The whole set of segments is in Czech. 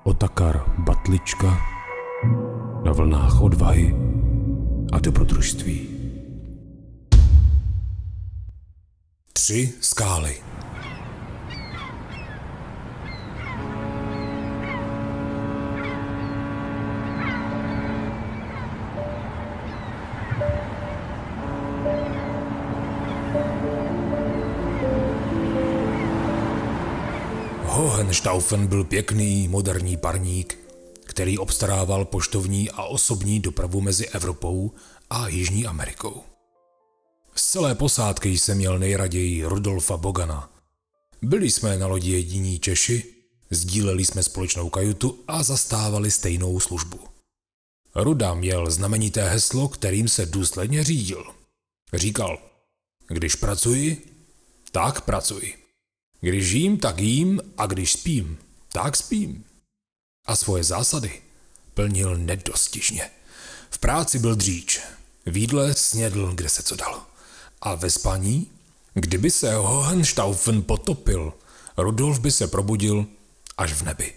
Otakar Batlička na vlnách odvahy a dobrodružství. 3 skály. Hohenstaufen byl pěkný, moderní parník, který obstarával poštovní a osobní dopravu mezi Evropou a Jižní Amerikou. Z celé posádky jsem měl nejraději Rudolfa Bogana. Byli jsme na lodi jediní Češi, sdíleli jsme společnou kajutu a zastávali stejnou službu. Ruda měl znamenité heslo, kterým se důsledně řídil. Říkal: když pracuji, tak pracuji. Když jím, tak jím, a když spím, tak spím. A svoje zásady plnil nedostižně. V práci byl dříč, v jídle snědl, kde se co dalo. A ve spaní, kdyby se Hohenstaufen potopil, Rudolf by se probudil až v nebi.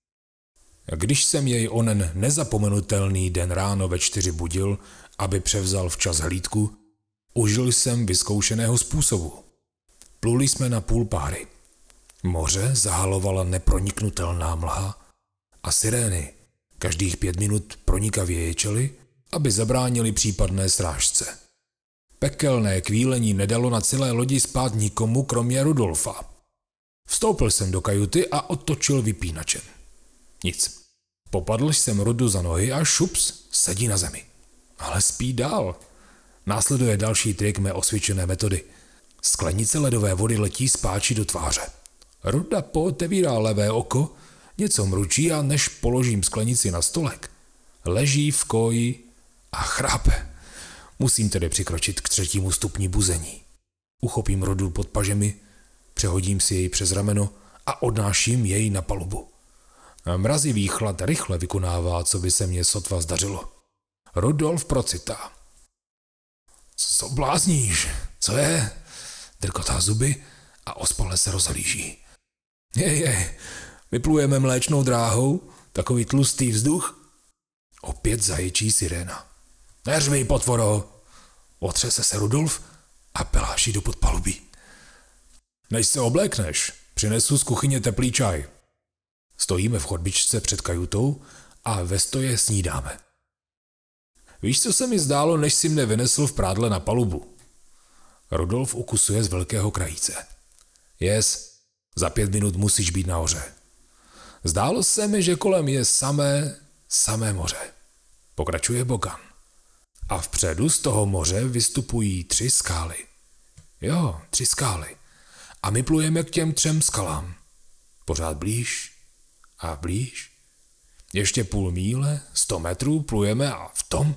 Když jsem jej onen nezapomenutelný den ráno ve 4 budil, aby převzal včas hlídku, užil jsem vyzkoušeného způsobu. Pluli jsme na půl páry. Moře zahalovala neproniknutelná mlha a sirény každých 5 minut pronikavě ječely, aby zabránili případné srážce. Pekelné kvílení nedalo na celé lodi spát nikomu kromě Rudolfa. Vstoupil jsem do kajuty a otočil vypínačem. Nic. Popadl jsem Rudu za nohy a šups, sedí na zemi. Ale spí dál. Následuje další trik mé osvědčené metody. Sklenice ledové vody letí spáči do tváře. Ruda pootevírá levé oko, něco mručí a než položím sklenici na stolek, leží v koji a chrápe. Musím tedy přikročit k 3. stupni buzení. Uchopím Rudu pod pažemi, přehodím si jej přes rameno a odnáším jej na palubu. Mrazivý chlad rychle vykonává, co by se mně sotva zdařilo. Rudolf procitá. Co blázníš? Co je? Drkotá zuby a ospale se rozhlíží. Vyplujeme mléčnou dráhou, takový tlustý vzduch. Opět zaječí siréna. Neřvi, potvoro! Otřese se Rudolf a peláší do podpalubí. Než se oblékneš, přinesu z kuchyně teplý čaj. Stojíme v chodbičce před kajutou a ve stoje snídáme. Víš, co se mi zdálo, než si mne vynesl v prádle na palubu? Rudolf ukusuje z velkého krajíce. Za 5 minut musíš být nahoře. Zdálo se mi, že kolem je samé moře. Pokračuje Bogan. A vpředu z toho moře vystupují 3 skály. 3 skály. A my plujeme k těm 3 skalám. Pořád blíž a blíž. Ještě půl míle, 100 metrů plujeme a v tom...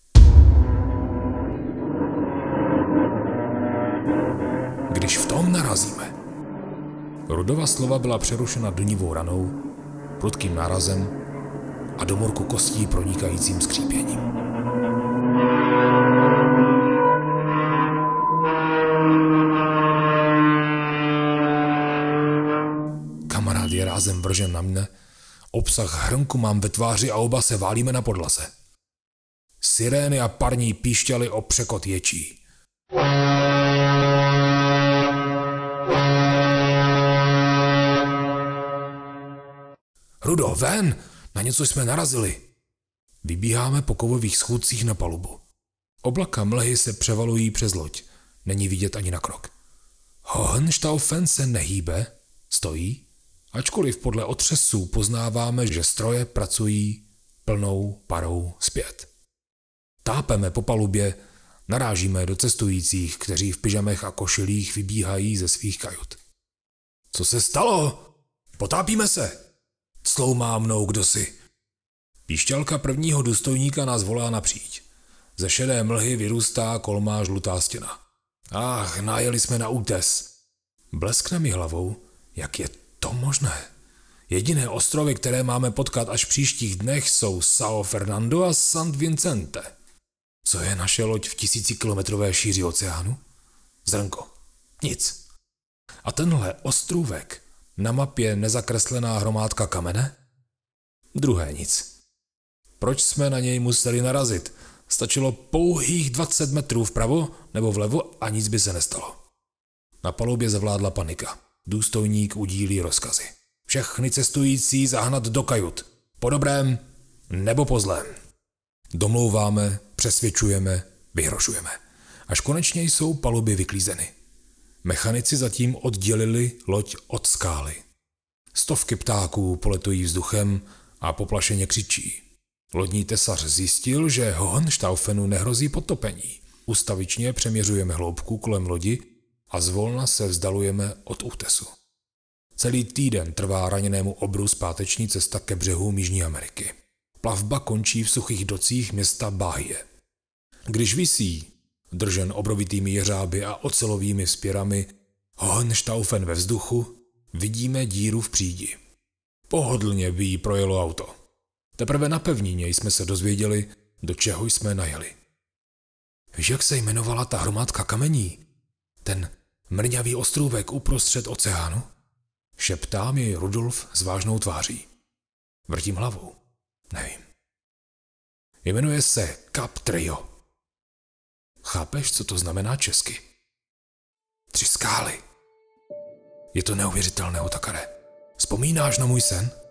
Když v tom narazíme. Rudova slova byla přerušena dunivou ranou, prudkým nárazem a do morku kostí pronikajícím skřípěním. Kamarád je rázem vržen na mne, obsah hrnku mám ve tváři a oba se válíme na podlaze. Sirény a parní píšťaly o překot ječí. Rudo, ven! Na něco jsme narazili. Vybíháme po kovových schůdcích na palubu. Oblaka mlhy se převalují přes loď. Není vidět ani na krok. Hohenstaufen se nehýbe, stojí, ačkoliv podle otřesů poznáváme, že stroje pracují plnou parou zpět. Tápeme po palubě, narážíme do cestujících, kteří v pyžamech a košilích vybíhají ze svých kajut. Co se stalo? Potápíme se! Cloumá mnou kdosi. Píšťalka prvního důstojníka nás volá napříč. Ze šedé mlhy vyrůstá kolmá žlutá stěna. Najeli jsme na útes. Bleskne mi hlavou, jak je to možné. Jediné ostrovy, které máme potkat až v příštích dnech, jsou São Fernando a Sant Vicente. Co je naše loď v 1000kilometrové šíři oceánu? Zrnko. Nic. A tenhle ostrůvek, na mapě nezakreslená hromádka kamene? Druhé nic. Proč jsme na něj museli narazit? Stačilo pouhých 20 metrů vpravo nebo vlevo a nic by se nestalo. Na palubě zavládla panika. Důstojník udílí rozkazy. Všechny cestující zahnat do kajut. Po dobrém nebo po zlém. Domlouváme, přesvědčujeme, vyhrožujeme. Až konečně jsou paluby vyklízeny. Mechanici zatím oddělili loď od skály. Stovky ptáků poletují vzduchem a poplašeně křičí. Lodní tesař zjistil, že Hohenstaufenu nehrozí potopení. Ustavičně přeměřujeme hloubku kolem lodi a zvolna se vzdalujeme od útesu. Celý týden trvá raněnému obru zpáteční cesta ke břehům Jižní Ameriky. Plavba končí v suchých docích města Bahie. Když visí, držen obrovitými jeřáby a ocelovými vzpěrami, Hohenstaufen ve vzduchu, vidíme díru v přídi. Pohodlně by jí projelo auto. Teprve na pevnině jsme se dozvěděli, do čeho jsme najeli. Víš, jak se jmenovala ta hromádka kamení? Ten mrňavý ostrůvek uprostřed oceánu? Šeptá mi Rudolf s vážnou tváří. Vrtím hlavou. Nevím. Jmenuje se Kap Trio. Chápeš, co to znamená česky? 3 skály. Je to neuvěřitelné, Otakare. Vzpomínáš na můj sen?